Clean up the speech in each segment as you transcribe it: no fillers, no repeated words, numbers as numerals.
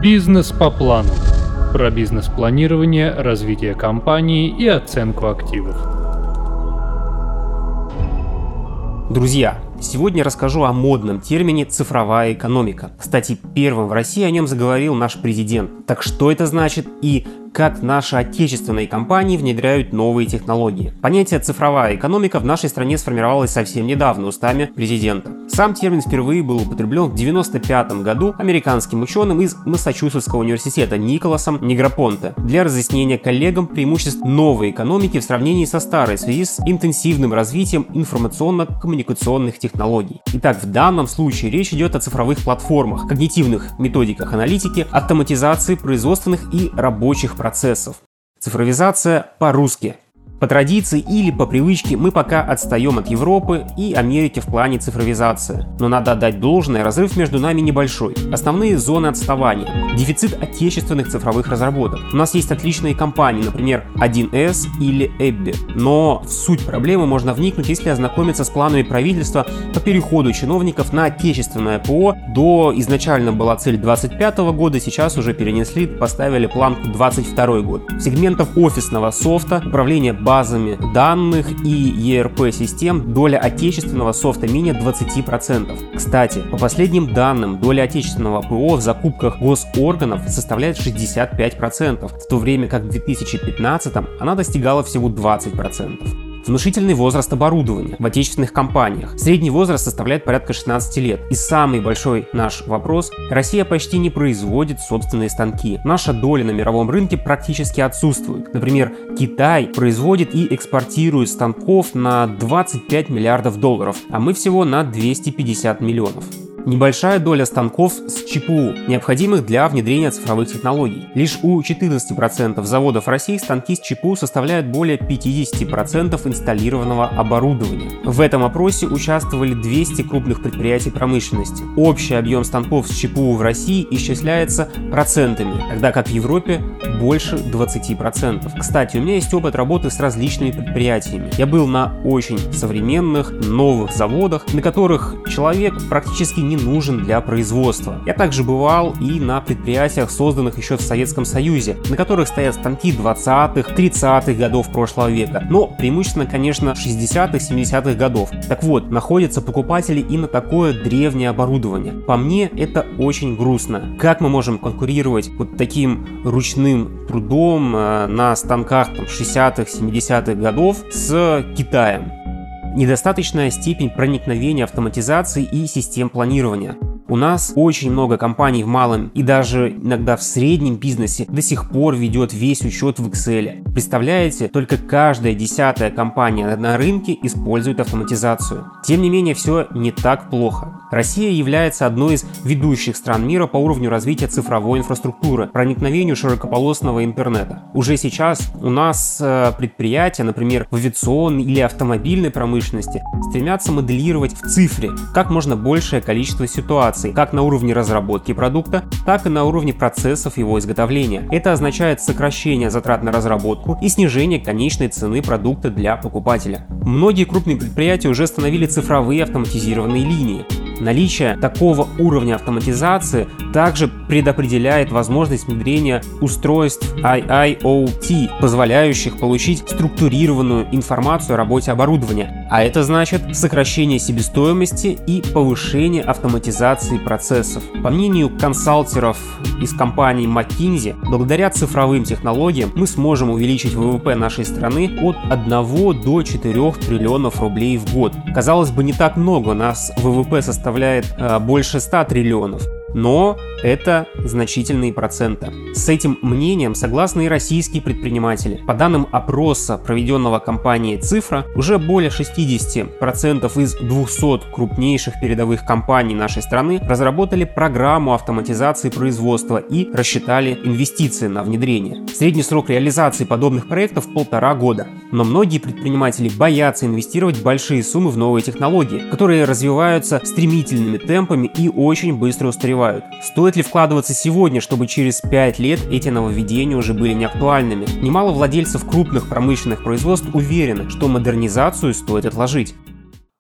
Бизнес по плану. Про бизнес-планирование, развитие компании и оценку активов. Друзья, сегодня расскажу о модном термине «цифровая экономика». Кстати, первым в России о нем заговорил наш президент. Так что это значит и как наши отечественные компании внедряют новые технологии? Понятие «цифровая экономика» в нашей стране сформировалось совсем недавно устами президента. Сам термин впервые был употреблен в 1995 году американским ученым из Массачусетского университета Николасом Негропонте для разъяснения коллегам преимуществ новой экономики в сравнении со старой в связи с интенсивным развитием информационно-коммуникационных технологий. Итак, в данном случае речь идет о цифровых платформах, когнитивных методиках аналитики, автоматизации производственных и рабочих процессов. Цифровизация по-русски. По традиции или по привычке мы пока отстаем от Европы и Америки в плане цифровизации. Но надо отдать должное, разрыв между нами небольшой. Основные зоны отставания. Дефицит отечественных цифровых разработок. У нас есть отличные компании, например, 1С или Эбби. Но в суть проблемы можно вникнуть, если ознакомиться с планами правительства по переходу чиновников на отечественное ПО. Изначально была цель 2025 года, сейчас уже перенесли, поставили планку 2022 год. В сегментах офисного софта, управления базами данных и ERP-систем доля отечественного софта менее 20%. Кстати, по последним данным, доля отечественного ПО в закупках госорганов составляет 65%, в то время как в 2015 она достигала всего 20%. Внушительный возраст оборудования в отечественных компаниях. Средний возраст составляет порядка 16 лет. И самый большой наш вопрос – Россия почти не производит собственные станки. Наша доля на мировом рынке практически отсутствует. Например, Китай производит и экспортирует станков на 25 миллиардов долларов, а мы всего на 250 миллионов. Небольшая доля станков с ЧПУ, необходимых для внедрения цифровых технологий. Лишь у 14% заводов России станки с ЧПУ составляют более 50% инсталлированного оборудования. В этом опросе участвовали 200 крупных предприятий промышленности. Общий объем станков с ЧПУ в России исчисляется процентами, тогда как в Европе больше 20%. Кстати, у меня есть опыт работы с различными предприятиями. Я был на очень современных, новых заводах, на которых человек практически не нужен для производства. Я также бывал и на предприятиях, созданных еще в Советском Союзе, на которых стоят станки 20-х, 30-х годов прошлого века, но преимущественно, конечно, 60-х, 70-х годов. Так вот, находятся покупатели и на такое древнее оборудование. По мне, это очень грустно. Как мы можем конкурировать вот таким ручным трудом на станках 60-х, 70-х годов с Китаем? Недостаточная степень проникновения автоматизации и систем планирования. У нас очень много компаний в малом и даже иногда в среднем бизнесе до сих пор ведет весь учет в Excel. Представляете, только каждая 10-я компания на рынке использует автоматизацию. Тем не менее, все не так плохо. Россия является одной из ведущих стран мира по уровню развития цифровой инфраструктуры, проникновению широкополосного интернета. Уже сейчас у нас предприятия, например, в авиационной или автомобильной промышленности, стремятся моделировать в цифре как можно большее количество ситуаций, как на уровне разработки продукта, так и на уровне процессов его изготовления. Это означает сокращение затрат на разработку и снижение конечной цены продукта для покупателя. Многие крупные предприятия уже установили цифровые автоматизированные линии. Наличие такого уровня автоматизации также предопределяет возможность внедрения устройств IIoT, позволяющих получить структурированную информацию о работе оборудования. А это значит сокращение себестоимости и повышение автоматизации процессов. По мнению консалтеров из компании McKinsey, благодаря цифровым технологиям мы сможем увеличить ВВП нашей страны от 1 до 4 триллионов рублей в год. Казалось бы, не так много, у нас ВВП составляет больше 100 триллионов. Но это значительные проценты. С этим мнением согласны и российские предприниматели. По данным опроса, проведенного компанией «Цифра», уже более 60% из 200 крупнейших передовых компаний нашей страны разработали программу автоматизации производства и рассчитали инвестиции на внедрение. Средний срок реализации подобных проектов – 1,5 года. Но многие предприниматели боятся инвестировать большие суммы в новые технологии, которые развиваются стремительными темпами и очень быстро устаревают. Стоит ли вкладываться сегодня, чтобы через 5 лет эти нововведения уже были неактуальными? Немало владельцев крупных промышленных производств уверены, что модернизацию стоит отложить.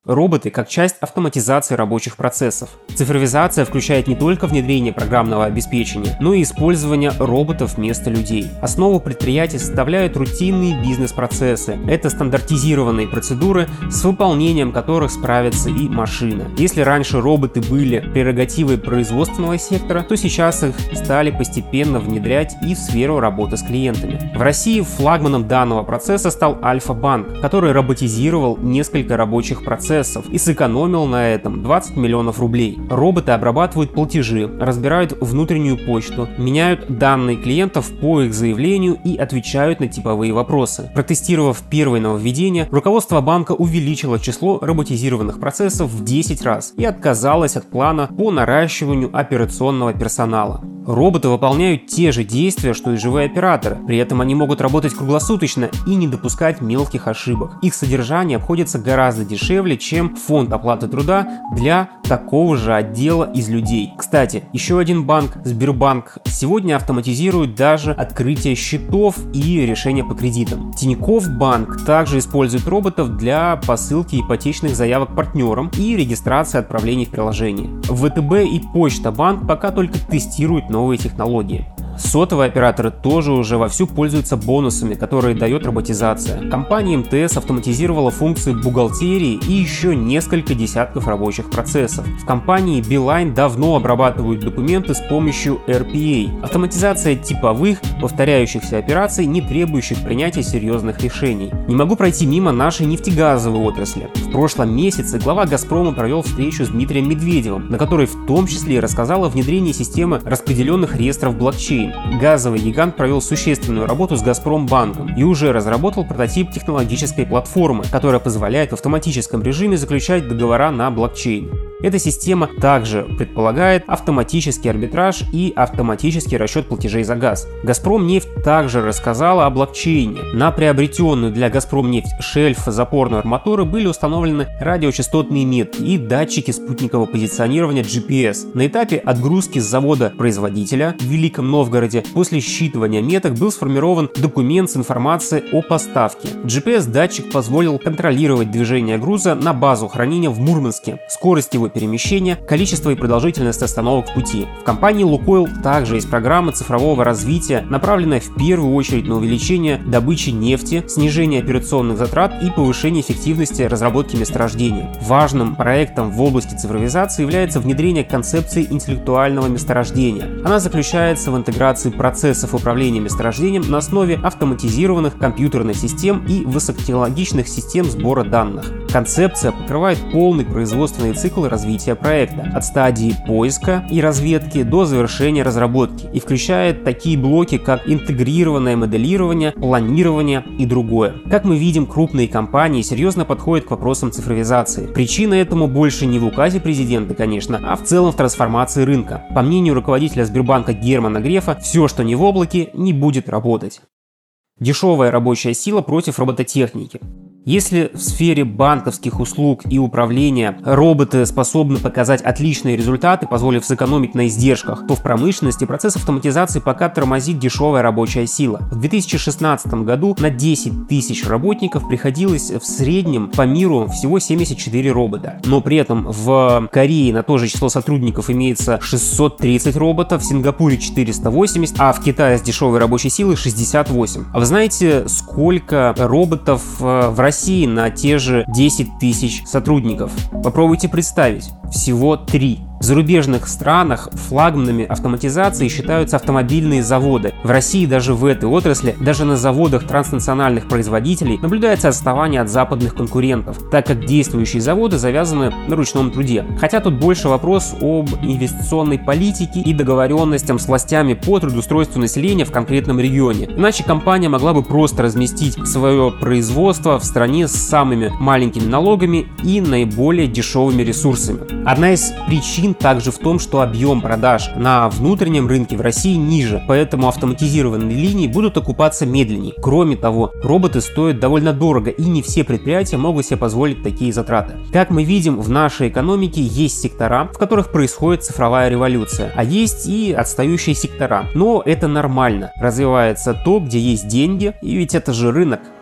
Роботы как часть автоматизации рабочих процессов. Цифровизация включает не только внедрение программного обеспечения, но и использование роботов вместо людей. Основу предприятий составляют рутинные бизнес-процессы. Это стандартизированные процедуры, с выполнением которых справится и машина. Если раньше роботы были прерогативой производственного сектора, то сейчас их стали постепенно внедрять и в сферу работы с клиентами. В России флагманом данного процесса стал Альфа-банк, который роботизировал несколько рабочих процессов и сэкономил на этом 20 миллионов рублей. Роботы обрабатывают платежи, разбирают внутреннюю почту, меняют данные клиентов по их заявлению и отвечают на типовые вопросы. Протестировав первое нововведение, руководство банка увеличило число роботизированных процессов в 10 раз и отказалось от плана по наращиванию операционного персонала. Роботы выполняют те же действия, что и живые операторы, при этом они могут работать круглосуточно и не допускать мелких ошибок. Их содержание обходится гораздо дешевле, чем фонд оплаты труда для такого же отдела из людей. Кстати, еще один банк, Сбербанк, сегодня автоматизирует даже открытие счетов и решения по кредитам. Тинькофф банк также использует роботов для посылки ипотечных заявок партнерам и регистрации отправлений в приложении. ВТБ и Почта банк пока только тестируют новые технологии. Сотовые операторы тоже уже вовсю пользуются бонусами, которые дает роботизация. Компания МТС автоматизировала функции бухгалтерии и еще несколько десятков рабочих процессов. В компании Билайн давно обрабатывают документы с помощью RPA. Автоматизация типовых, повторяющихся операций, не требующих принятия серьезных решений. Не могу пройти мимо нашей нефтегазовой отрасли. В прошлом месяце глава «Газпрома» провел встречу с Дмитрием Медведевым, на которой в том числе рассказал о внедрении системы распределенных реестров блокчейн. Газовый гигант провел существенную работу с Газпромбанком и уже разработал прототип технологической платформы, которая позволяет в автоматическом режиме заключать договора на блокчейне. Эта система также предполагает автоматический арбитраж и автоматический расчет платежей за газ. Газпромнефть также рассказала о блокчейне. На приобретенную для Газпромнефть шельф-запорную арматуру были установлены радиочастотные метки и датчики спутникового позиционирования GPS. На этапе отгрузки с завода-производителя в Великом Новгороде после считывания меток был сформирован документ с информацией о поставке. GPS-датчик позволил контролировать движение груза на базу хранения в Мурманске, скорость его перемещения, количество и продолжительность остановок в пути. В компании «Лукойл» также есть программа цифрового развития, направленная в первую очередь на увеличение добычи нефти, снижение операционных затрат и повышение эффективности разработки месторождения. Важным проектом в области цифровизации является внедрение концепции интеллектуального месторождения. Она заключается в интеграции процессов управления месторождением на основе автоматизированных компьютерных систем и высокотехнологичных систем сбора данных. Концепция покрывает полный производственный цикл развития проекта, от стадии поиска и разведки до завершения разработки, и включает такие блоки, как интегрированное моделирование, планирование и другое. Как мы видим, крупные компании серьезно подходят к вопросам цифровизации. Причина этому больше не в указе президента, конечно, а в целом в трансформации рынка. По мнению руководителя Сбербанка Германа Грефа, все, что не в облаке, не будет работать. Дешевая рабочая сила против робототехники. Если в сфере банковских услуг и управления роботы способны показать отличные результаты, позволив сэкономить на издержках, то в промышленности процесс автоматизации пока тормозит дешевая рабочая сила. В 2016 году на 10 тысяч работников приходилось в среднем по миру всего 74 робота. Но при этом в Корее на то же число сотрудников имеется 630 роботов, в Сингапуре 480, а в Китае с дешевой рабочей силой 68. А вы знаете, сколько роботов в России на те же 10 тысяч сотрудников? Попробуйте представить. Всего 3. В зарубежных странах флагманами автоматизации считаются автомобильные заводы. В России даже в этой отрасли, даже на заводах транснациональных производителей наблюдается отставание от западных конкурентов, так как действующие заводы завязаны на ручном труде. Хотя тут больше вопрос об инвестиционной политике и договоренностям с властями по трудоустройству населения в конкретном регионе. Иначе компания могла бы просто разместить свое производство в стране с самыми маленькими налогами и наиболее дешевыми ресурсами. Одна из причин также в том, что объем продаж на внутреннем рынке в России ниже, поэтому автоматизированные линии будут окупаться медленнее. Кроме того, роботы стоят довольно дорого, и не все предприятия могут себе позволить такие затраты. Как мы видим, в нашей экономике есть сектора, в которых происходит цифровая революция, а есть и отстающие сектора. Но это нормально. Развивается то, где есть деньги, и ведь это же рынок.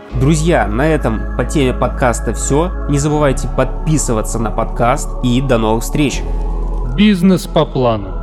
Друзья, на этом по теме подкаста все. Не забывайте подписываться на подкаст и до новых встреч. Бизнес по плану.